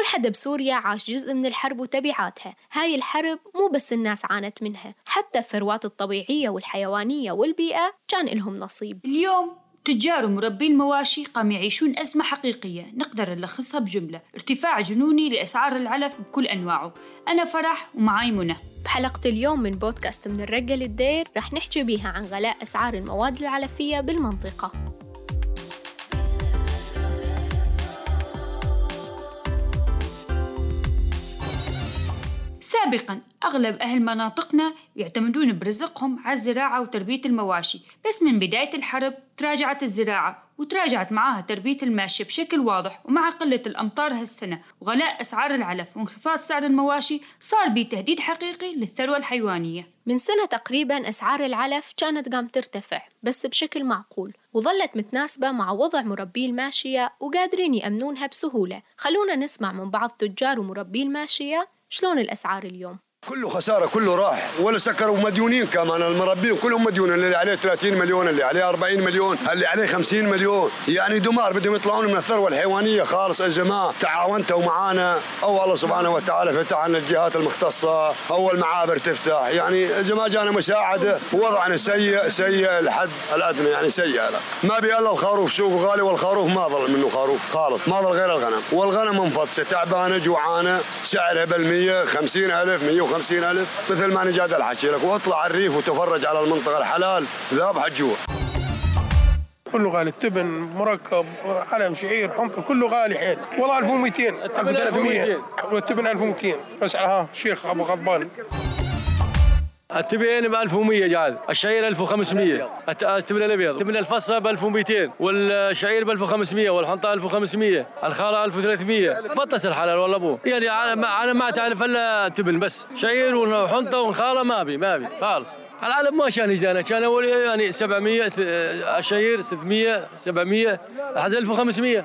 كل حدا بسوريا عاش جزء من الحرب وتبعاتها. هاي الحرب مو بس الناس عانت منها، حتى الثروات الطبيعية والحيوانية والبيئة كان لهم نصيب. اليوم تجار ومربي المواشي قام يعيشون أزمة حقيقية نقدر نلخصها بجملة: ارتفاع جنوني لأسعار العلف بكل أنواعه. أنا فرح ومعاي منى. بحلقة اليوم من بودكاست من الرقة للدير رح نحكي بيها عن غلاء أسعار المواد العلفية بالمنطقة. سابقاً أغلب أهل مناطقنا يعتمدون برزقهم على الزراعة وتربية المواشي، بس من بداية الحرب تراجعت الزراعة وتراجعت معاها تربية الماشية بشكل واضح، ومع قلة الأمطار هالسنة وغلاء أسعار العلف وانخفاض سعر المواشي صار بيه تهديد حقيقي للثروة الحيوانية. من سنة تقريباً أسعار العلف كانت قام ترتفع بس بشكل معقول، وظلت متناسبة مع وضع مربي الماشية وقادرين يأمنونها بسهولة. خلونا نسمع من بعض تجار ومربي الماشية شلون الأسعار اليوم. كله خسارة، كله راح، ولا سكروا مديونين كمان. المربين كلهم مديون، اللي عليه 30 مليون، اللي عليه 40 مليون، اللي عليه 50 مليون. يعني دمار، بدهم يطلعون من الثروة الحيوانية خالص. يا جماعة تعاونتوا معانا أو الله سبحانه وتعالى فتح عنا الجهات المختصة أو المعابر تفتح. يعني يا جماعة جانا مساعدة، ووضعنا سيء الحد الأدنى، يعني سيء. ما بي إلا الخروف سوق غالي، والخروف ما ظل منه خروف خالص، ما ظل غير الغنم، والغنم منفطسة تعبانة جوعانة، سعرها بالمية 50,000 150,000. مثل ما نجاد الحكي لك، واطلع على الريف وتفرج على المنطقة الحلال ذابح الجوع. كله غالي، التبن مركب علم شعير حنطة كله غالي حيل. والله 1200 1300 والتبن 1200 بس. شيخ أبو غضبان. التبن ب 1100 جعل، الشعير 1500، التبن الابيض، التبن الفصة ب 1200، والشعير ب 1500، والحنطة 1500، الخالة 1300. فطس الحلال والله ابوه. يعني انا ما تعرف الا تبن بس، شعير وحنطة والخالة ما بي خالص. العالم ما كان يجدانا، كان اول يعني 700 الشعير 600 700 لحد 1500.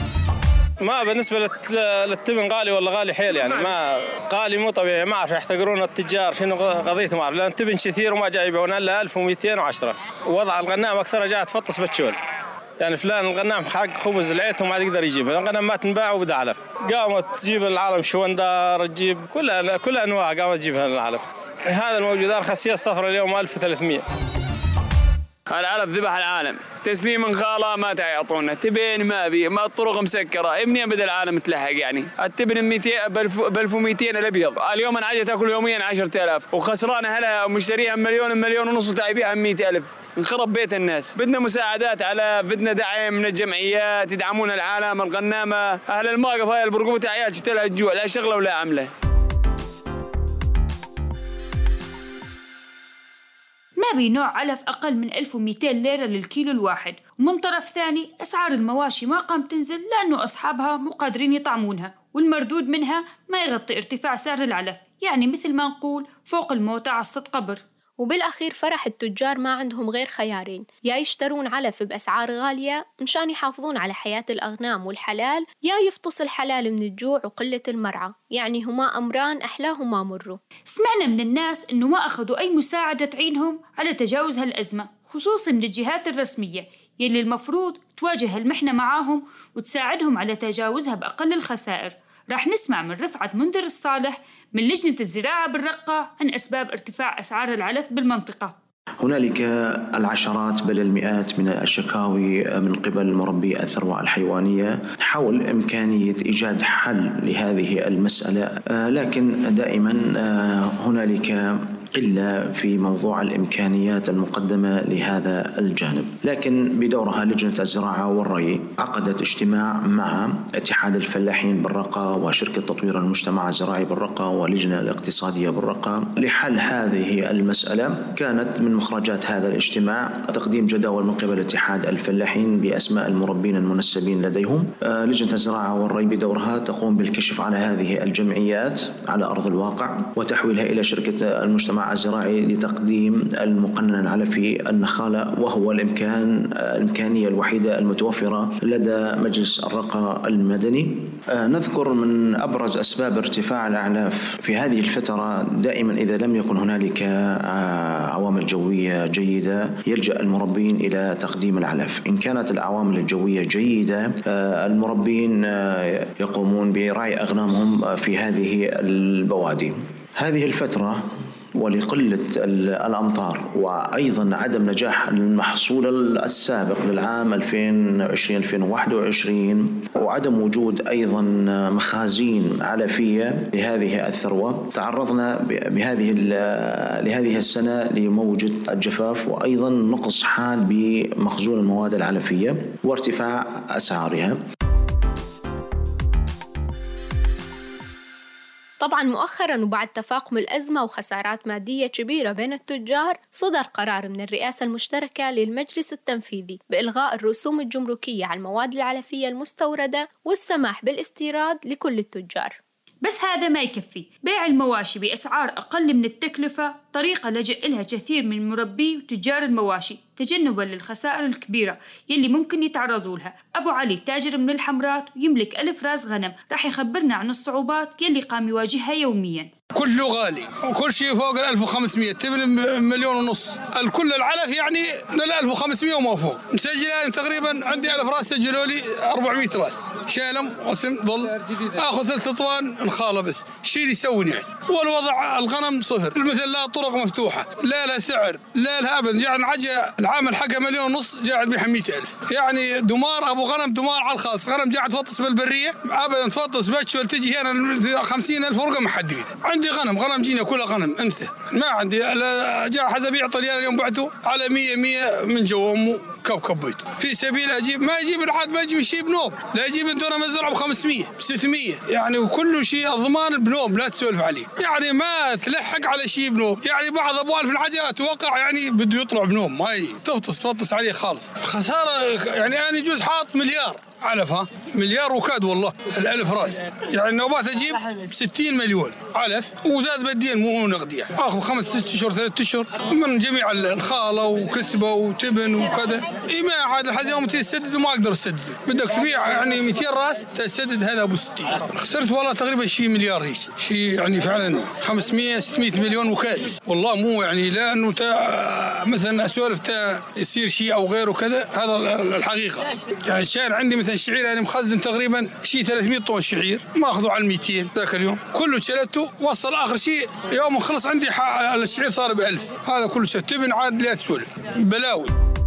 ما بالنسبة للتبن غالي والله غالي حيل، يعني ما غالي مو طبيعي. ما أعرف يحتقرون التجار شنو قضيتهم، ما أعرف، لأن التبن كثير وما جاي يبيعون إلا 1210. ووضع الغنام أكثر جاء تفطس بالشول، يعني فلان الغنام حق خبز العيت وما يقدر يجيبها، الغنم ما تنباع وبدا علف. قامت تجيب العالم شوندار، تجيب كل أنواع قامت تجيبها العلف. هذا الموجود أرخص هي الصفرة اليوم 1300. العلف ذبح العالم، تسليم من خاله ما تعيطونا، تبين ما بي، ما الطرق مسكره، منين بدا العالم تلحق؟ يعني التبن 200 ب 1200 الابيض، اليوم العجة تاكل يوميا 10,000 وخسرانه اهلها ومشتريها مليون ونص وتعيبيها 100,000. انخرب بيت الناس. بدنا مساعدات، بدنا دعم من الجمعيات يدعمون العالم الغنامه. اهل المواقف هاي البرقوبه عيال شتلها الجوع، لا شغله ولا عمله. ما بي نوع علف أقل من 1200 ليرة للكيلو الواحد. ومن طرف ثاني أسعار المواشي ما قام تنزل لأنه أصحابها مو قادرين يطعمونها، والمردود منها ما يغطي ارتفاع سعر العلف. يعني مثل ما نقول فوق الموتى عصة قبر. وبالأخير فرح التجار ما عندهم غير خيارين: يا يشترون علف بأسعار غالية مشان يحافظون على حياة الأغنام والحلال، يا يفطس الحلال من الجوع وقلة المرعى. يعني هما أمران أحلاهما مروا. سمعنا من الناس إنه ما أخذوا أي مساعدة تعينهم على تجاوز هالأزمة، خصوصاً من الجهات الرسمية يلي المفروض تواجه المحنة معاهم وتساعدهم على تجاوزها بأقل الخسائر. راح نسمع من رفعت منذر الصالح من لجنة الزراعة بالرقة عن أسباب ارتفاع أسعار العلف بالمنطقة. هنالك العشرات بل المئات من الشكاوي من قبل مربي الثروة الحيوانية حول إمكانية إيجاد حل لهذه المسألة، لكن دائما هنالك قلة في موضوع الإمكانيات المقدمة لهذا الجانب. لكن بدورها لجنة الزراعة والري عقدت اجتماع مع اتحاد الفلاحين بالرقة وشركة تطوير المجتمع الزراعي بالرقة واللجنة الاقتصادية بالرقة لحل هذه المسألة. كانت من مخرجات هذا الاجتماع تقديم جداول من قبل اتحاد الفلاحين بأسماء المربين المنسبين لديهم. لجنة الزراعة والري بدورها تقوم بالكشف على هذه الجمعيات على أرض الواقع وتحويلها إلى شركة المجتمع المجتمع الزراعي لتقديم المقنن العلفي النخالة، وهو الإمكانية الوحيدة المتوفرة لدى مجلس الرقة المدني. نذكر من أبرز أسباب ارتفاع الأعلاف في هذه الفترة دائما إذا لم يكن هنالك عوامل جوية جيدة يلجأ المربين إلى تقديم العلف. إن كانت العوامل الجوية جيدة المربين يقومون برعي أغنامهم في هذه البوادي. هذه الفترة ولقلة الأمطار وأيضا عدم نجاح المحصول السابق للعام 2020-2021 وعدم وجود أيضا مخازين علفية لهذه الثروة، تعرضنا لهذه السنة لموجة الجفاف وأيضا نقص حاد بمخزون المواد العلفية وارتفاع أسعارها. طبعا مؤخرا وبعد تفاقم الأزمة وخسارات مادية كبيرة بين التجار، صدر قرار من الرئاسة المشتركة للمجلس التنفيذي بإلغاء الرسوم الجمركية على المواد العلفية المستوردة والسماح بالاستيراد لكل التجار. بس هذا ما يكفي. بيع المواشي بأسعار أقل من التكلفة طريقة لجأ لها كثير من مربي وتجار المواشي تجنبا للخسائر الكبيرة يلي ممكن يتعرضوا لها. أبو علي تاجر من الحمرات ويملك 1000 راس غنم راح يخبرنا عن الصعوبات يلي قام يواجهها يوميا. كله غالي وكل شيء فوق 1500 تبن 1.5 مليون. الكل العلف يعني 1500 وما فوق. مسجلين تقريبا عندي 1000 راس سجلوا لي 400 راس شالم وسم ضل اخذ 3 طوان نخاله بس شيء يسوي يعني. والوضع الغنم صفر مثل لا طرق مفتوحه لا لها سعر لا لها ابد يعني عجا العامل حقه 1.5 مليون قاعد بيها 100,000 يعني دمار ابو غنم دمار على الخاص. غنم قاعد تفطس بالبريه ابدا تفطس بتشول تجي هنا 50,000 ورقه ما حد يريد. عندي غنم جينا كلها غنم انثى ما عندي جاء حزبيع طليان اليوم بعته على 100 من جوا امه كب بيته في سبيل اجيب ما يجيب العاد ما يجيب شيء بنوب لا يجيب الدوره مزرعه ب500 ب600 يعني وكل شيء الضمان بنوب لا تسولف عليه يعني ما تلحق على شيء بنوب يعني بعض ابوال في العجله اتوقع يعني بده يطلع بنوب ما تفطس عليه خالص خساره يعني انا يجوز حاط مليار علف مليار وكاد والله 1000 راس يعني نوبات اجيب 60 مليون علف وزاد بدين مو نقدي يعني. اخذ 5 6 اشهر 3 اشهر من جميع الخاله وكسبه وتبن وكذا ما عاد لحد يوم تسدد وما اقدر اسدد بدك تبيع يعني 200 راس تسدد هذا ابو 60 خسرت والله تقريبا شيء مليار هيك شيء يعني فعلا 500 600 مليون وكاد والله مو يعني لا انه مثلا اسولف يصير شيء او غيره كذا هذا الحقيقه يعني شايل عندي مثلا الشعير يعني مخزن تقريبا شيء 300 طن شعير ما اخذوا على 200 ذاك اليوم كله شلته وصل اخر شيء يوم خلص عندي الشعير صار ب1000 هذا كله شلت تبن عاد لا تسولف بلاوي.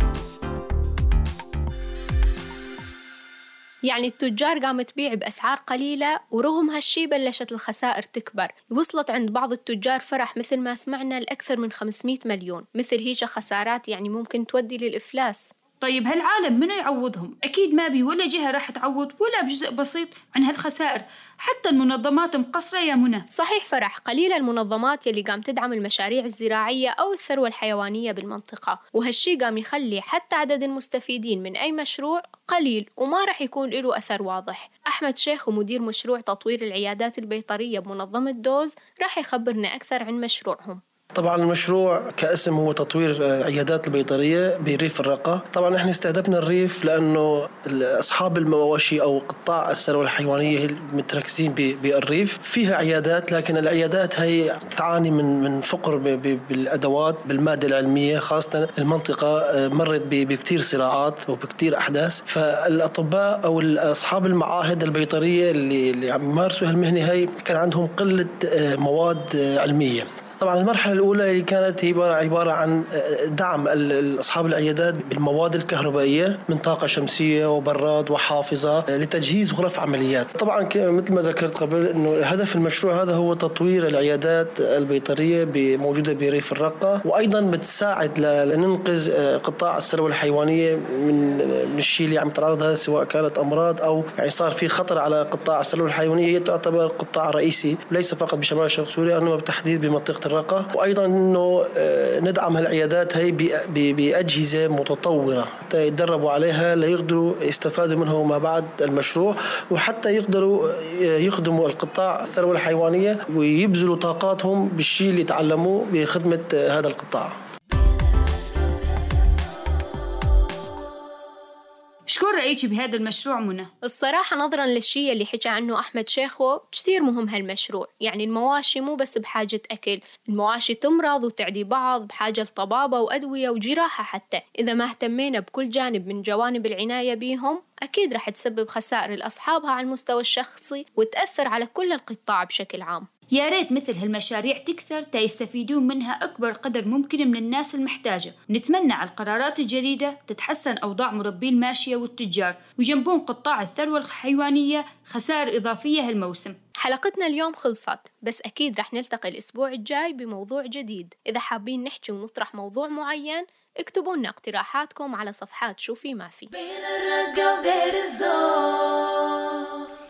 يعني التجار قامت تبيع بأسعار قليلة ورغم هالشي بلشت الخسائر تكبر. وصلت عند بعض التجار فرح مثل ما سمعنا لأكثر من 500 مليون. مثل هيك خسارات يعني ممكن تودي للإفلاس. طيب هالعالم منو يعوضهم؟ أكيد ما بي ولا جهة راح تعوض ولا بجزء بسيط عن هالخسائر. حتى المنظمات مقصرة يا منى. صحيح فرح قليلة المنظمات يلي قام تدعم المشاريع الزراعية أو الثروة الحيوانية بالمنطقة وهالشي قام يخلي حتى عدد المستفيدين من أي مشروع قليل وما راح يكون له أثر واضح. أحمد شيخ ومدير مشروع تطوير العيادات البيطرية بمنظمة دوز راح يخبرنا أكثر عن مشروعهم. طبعا المشروع كاسم هو تطوير عيادات البيطرية بريف الرقة. طبعا احنا استهدفنا الريف لأنه أصحاب المواشي أو قطاع الثروة الحيوانية متركزين بالريف فيها عيادات لكن العيادات هي تعاني من فقر بالأدوات بالمادة العلمية خاصة المنطقة مرت بكتير صراعات وبكتير أحداث فالأطباء أو أصحاب المعاهد البيطرية اللي عم يمارسوا هالمهنة هي كان عندهم قلة مواد علمية. طبعا المرحلة الأولى اللي كانت هي عبارة عن دعم أصحاب العيادات بالمواد الكهربائية من طاقة شمسية وبراد وحافظة لتجهيز غرف عمليات. طبعا مثل ما ذكرت قبل إنه هدف المشروع هذا هو تطوير العيادات البيطرية موجودة بريف الرقة وأيضا بتساعد لننقذ قطاع الثروة الحيوانية من الشيء اللي عم يتعرض هذا سواء كانت أمراض أو يعني صار في خطر على قطاع الثروة الحيوانية. هي تعتبر قطاع رئيسي ليس فقط بشمال شرق سوريا إنما بالتحديد بمنطقة الرقة، وأيضا أنه ندعم هالعيادات هي بأجهزة متطورة حتى يتدربوا عليها ليقدروا يستفادوا منه ما بعد المشروع، وحتى يقدروا يخدموا القطاع الثروة الحيوانية ويبذلوا طاقاتهم بالشيء اللي تعلموه بخدمة هذا القطاع. شكون رأيك بهذا المشروع منى؟ الصراحة نظراً للشيء اللي حكى عنه أحمد شيخو كثير مهم هالمشروع. يعني المواشي مو بس بحاجة أكل، المواشي تمرض وتعدي بعض، بحاجة لطبابة وأدوية وجراحة حتى. إذا ما اهتمينا بكل جانب من جوانب العناية بيهم أكيد رح تسبب خسائر لأصحابها على المستوى الشخصي وتأثر على كل القطاع بشكل عام. يا ريت مثل هالمشاريع تكثر تيستفيدون منها أكبر قدر ممكن من الناس المحتاجة. نتمنى على القرارات الجديدة تتحسن أوضاع مربي الماشية والتجار ويجنبون قطاع الثروة الحيوانية خسائر إضافية هالموسم. حلقتنا اليوم خلصت، بس أكيد رح نلتقي الأسبوع الجاي بموضوع جديد. إذا حابين نحكي ونطرح موضوع معين اكتبوا لنا اقتراحاتكم على صفحات شوفي ما في. بين الرقة ودير الزور